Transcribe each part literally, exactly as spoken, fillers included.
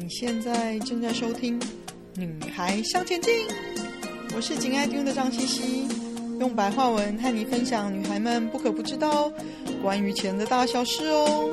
现在正在收听《女孩向前进》，我是紧爱听的张茜茜，用白话文和你分享女孩们不可不知道关于钱的大小事哦。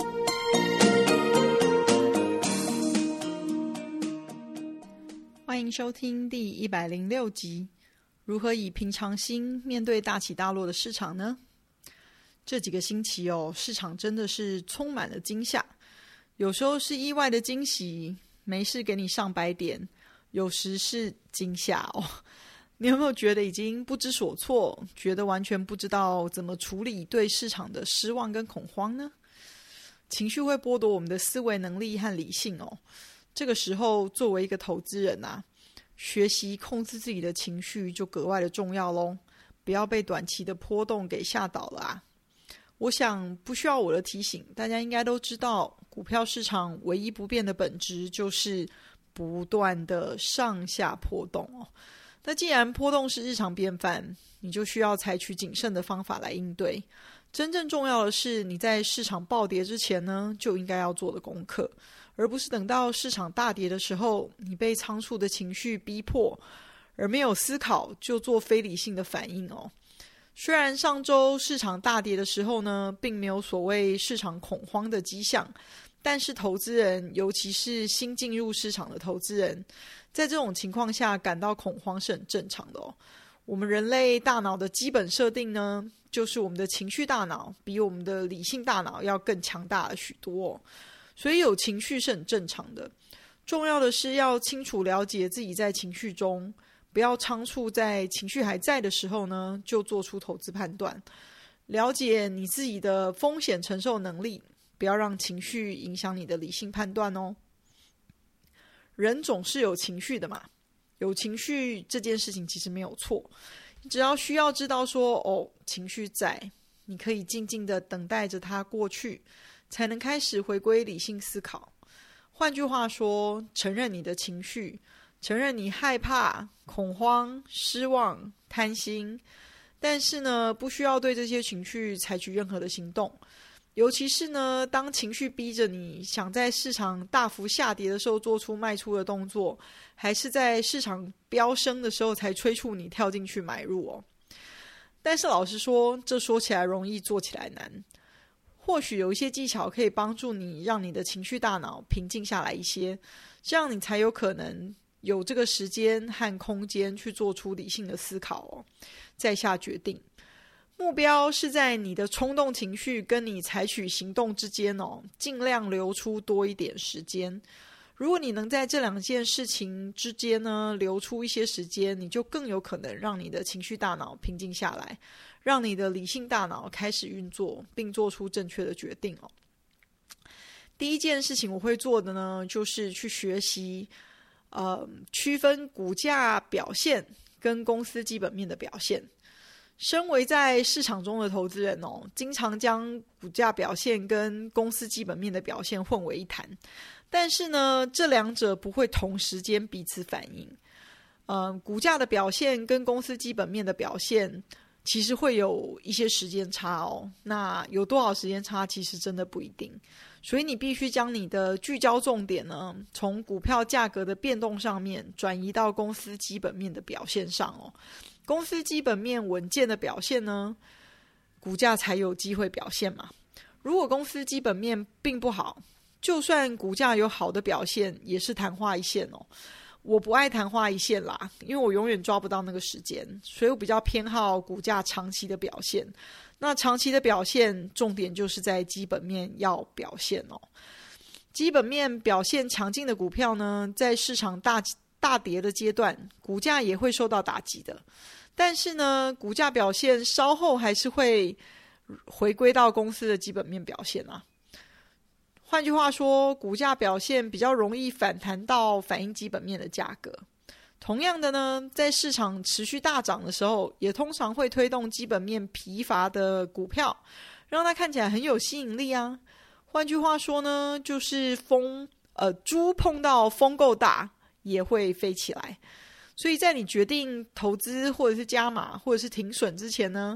欢迎收听第一百零六集，如何以平常心面对大起大落的市场呢？这几个星期哦，市场真的是充满了惊吓，有时候是意外的惊喜，没事给你上百点，有时是惊吓哦。你有没有觉得已经不知所措，觉得完全不知道怎么处理对市场的失望跟恐慌呢？情绪会剥夺我们的思维能力和理性哦。这个时候，作为一个投资人啊，学习控制自己的情绪就格外的重要咯，不要被短期的波动给吓倒了啊。我想不需要我的提醒，大家应该都知道，股票市场唯一不变的本质就是不断的上下波动哦。那既然波动是日常便饭，你就需要采取谨慎的方法来应对。真正重要的是，你在市场暴跌之前呢，就应该要做的功课，而不是等到市场大跌的时候，你被仓促的情绪逼迫，而没有思考就做非理性的反应哦。虽然上周市场大跌的时候呢，并没有所谓市场恐慌的迹象，但是投资人，尤其是新进入市场的投资人，在这种情况下感到恐慌是很正常的哦。我们人类大脑的基本设定呢，就是我们的情绪大脑比我们的理性大脑要更强大了许多哦，所以有情绪是很正常的。重要的是要清楚了解自己在情绪中，不要仓促在情绪还在的时候呢，就做出投资判断。了解你自己的风险承受能力，不要让情绪影响你的理性判断哦。人总是有情绪的嘛，有情绪这件事情其实没有错，你只要需要知道说，哦，情绪在，你可以静静的等待着它过去，才能开始回归理性思考。换句话说，承认你的情绪，承认你害怕、恐慌、失望、贪心，但是呢，不需要对这些情绪采取任何的行动。尤其是呢，当情绪逼着你想在市场大幅下跌的时候做出卖出的动作，还是在市场飙升的时候才催促你跳进去买入哦。但是老实说，这说起来容易，做起来难。或许有一些技巧可以帮助你，让你的情绪大脑平静下来一些，这样你才有可能有这个时间和空间去做出理性的思考哦，再下决定。目标是在你的冲动情绪跟你采取行动之间哦，尽量留出多一点时间。如果你能在这两件事情之间呢留出一些时间，你就更有可能让你的情绪大脑平静下来，让你的理性大脑开始运作，并做出正确的决定哦。第一件事情我会做的呢，就是去学习呃，区分股价表现跟公司基本面的表现。身为在市场中的投资人哦，经常将股价表现跟公司基本面的表现混为一谈，但是呢，这两者不会同时间彼此反映。呃，股价的表现跟公司基本面的表现其实会有一些时间差哦，那有多少时间差其实真的不一定，所以你必须将你的聚焦重点呢，从股票价格的变动上面转移到公司基本面的表现上哦。公司基本面稳健的表现呢，股价才有机会表现嘛。如果公司基本面并不好，就算股价有好的表现，也是昙花一现哦。我不爱昙花一现啦，因为我永远抓不到那个时间，所以我比较偏好股价长期的表现。那长期的表现，重点就是在基本面要表现哦。基本面表现强劲的股票呢，在市场大大跌的阶段，股价也会受到打击的。但是呢，股价表现稍后还是会回归到公司的基本面表现啊。换句话说，股价表现比较容易反弹到反映基本面的价格。同样的呢，在市场持续大涨的时候，也通常会推动基本面疲乏的股票，让它看起来很有吸引力啊。换句话说呢，就是风呃猪碰到风够大，也会飞起来。所以在你决定投资或者是加码或者是停损之前呢，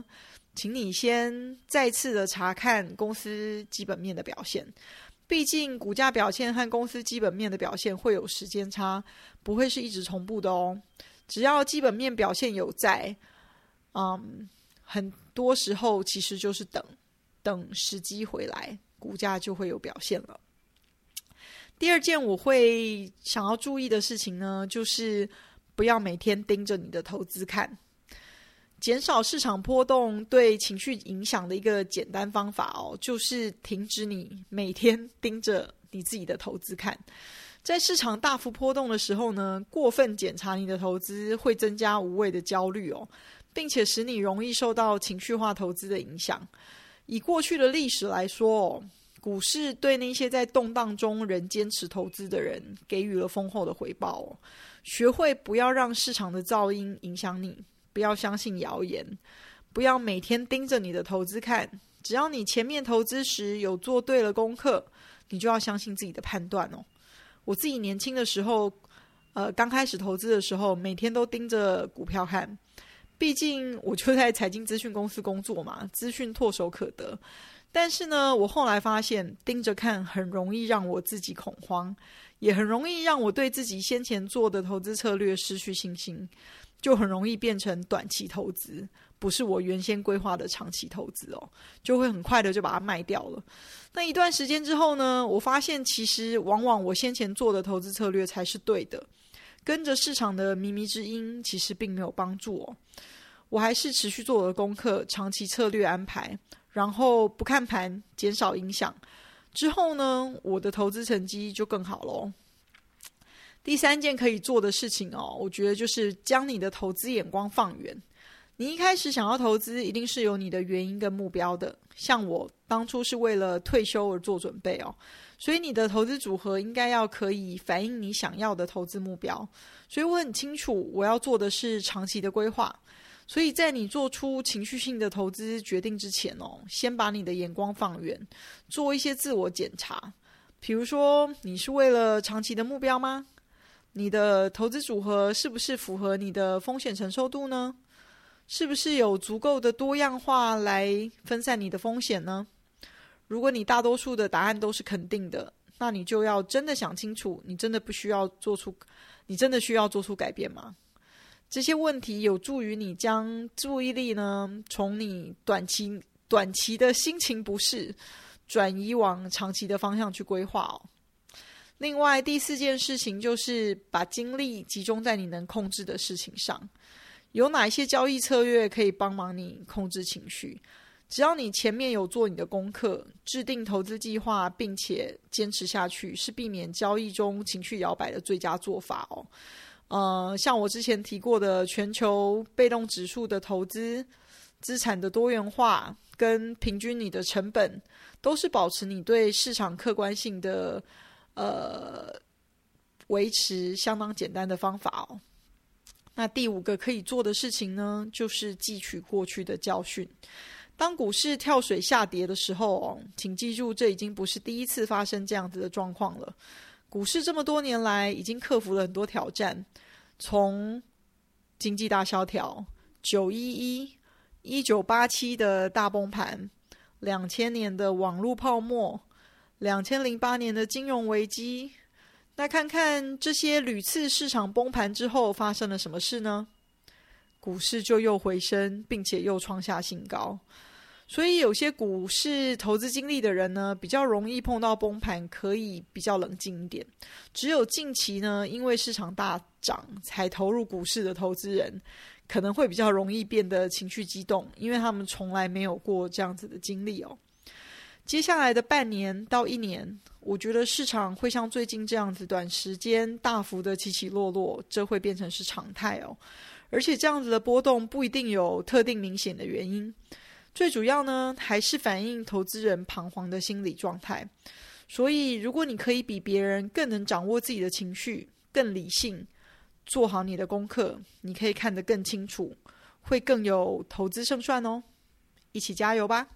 请你先再次的查看公司基本面的表现，毕竟股价表现和公司基本面的表现会有时间差，不会是一直同步的哦。只要基本面表现有在，嗯，很多时候其实就是等等时机回来，股价就会有表现了。第二件我会想要注意的事情呢，就是不要每天盯着你的投资看。减少市场波动对情绪影响的一个简单方法哦，就是停止你每天盯着你自己的投资看。在市场大幅波动的时候呢，过分检查你的投资会增加无谓的焦虑哦，并且使你容易受到情绪化投资的影响。以过去的历史来说哦，股市对那些在动荡中仍坚持投资的人给予了丰厚的回报哦。学会不要让市场的噪音影响你，不要相信谣言，不要每天盯着你的投资看。只要你前面投资时有做对了功课，你就要相信自己的判断哦。我自己年轻的时候，呃，刚开始投资的时候，每天都盯着股票看。毕竟我就在财经资讯公司工作嘛，资讯唾手可得。但是呢，我后来发现盯着看很容易让我自己恐慌，也很容易让我对自己先前做的投资策略失去信心，就很容易变成短期投资，不是我原先规划的长期投资哦，就会很快的就把它卖掉了。那一段时间之后呢，我发现其实往往我先前做的投资策略才是对的，跟着市场的靡靡之音其实并没有帮助哦。我还是持续做我的功课，长期策略安排，然后不看盘，减少影响。之后呢，我的投资成绩就更好咯。第三件可以做的事情哦，我觉得就是将你的投资眼光放远。你一开始想要投资，一定是有你的原因跟目标的。像我当初是为了退休而做准备哦，所以你的投资组合应该要可以反映你想要的投资目标。所以我很清楚我要做的是长期的规划。所以在你做出情绪性的投资决定之前哦，先把你的眼光放远，做一些自我检查。比如说，你是为了长期的目标吗？你的投资组合是不是符合你的风险承受度呢？是不是有足够的多样化来分散你的风险呢？如果你大多数的答案都是肯定的，那你就要真的想清楚，你真的不需要做出，你真的需要做出改变吗？这些问题有助于你将注意力呢，从你短期短期的心情不适转移往长期的方向去规划哦。另外，第四件事情就是把精力集中在你能控制的事情上。有哪一些交易策略可以帮忙你控制情绪？只要你前面有做你的功课，制定投资计划，并且坚持下去，是避免交易中情绪摇摆的最佳做法哦。呃，像我之前提过的全球被动指数的投资、资产的多元化跟平均你的成本，都是保持你对市场客观性的呃维持相当简单的方法哦。那第五个可以做的事情呢，就是汲取过去的教训。当股市跳水下跌的时候哦，请记住，这已经不是第一次发生这样子的状况了。股市这么多年来已经克服了很多挑战，从经济大萧条、九一一、一九八七的大崩盘、两千年的网络泡沫、两千零八年的金融危机。那看看这些屡次市场崩盘之后发生了什么事呢？股市就又回升，并且又创下新高。所以有些股市投资经历的人呢，比较容易碰到崩盘，可以比较冷静一点。只有近期呢，因为市场大涨才投入股市的投资人，可能会比较容易变得情绪激动，因为他们从来没有过这样子的经历哦。接下来的半年到一年，我觉得市场会像最近这样子短时间大幅的起起落落，这会变成是常态哦。而且这样子的波动不一定有特定明显的原因，最主要呢还是反映投资人彷徨的心理状态。所以如果你可以比别人更能掌握自己的情绪，更理性，做好你的功课，你可以看得更清楚，会更有投资胜算哦。一起加油吧！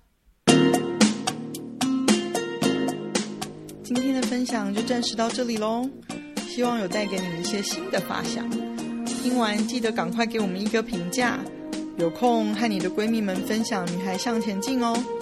今天的分享就暂时到这里咯，希望有带给你们一些新的发想。听完记得赶快给我们一个评价， 有空和你的闺蜜们分享《女孩向前进》哦。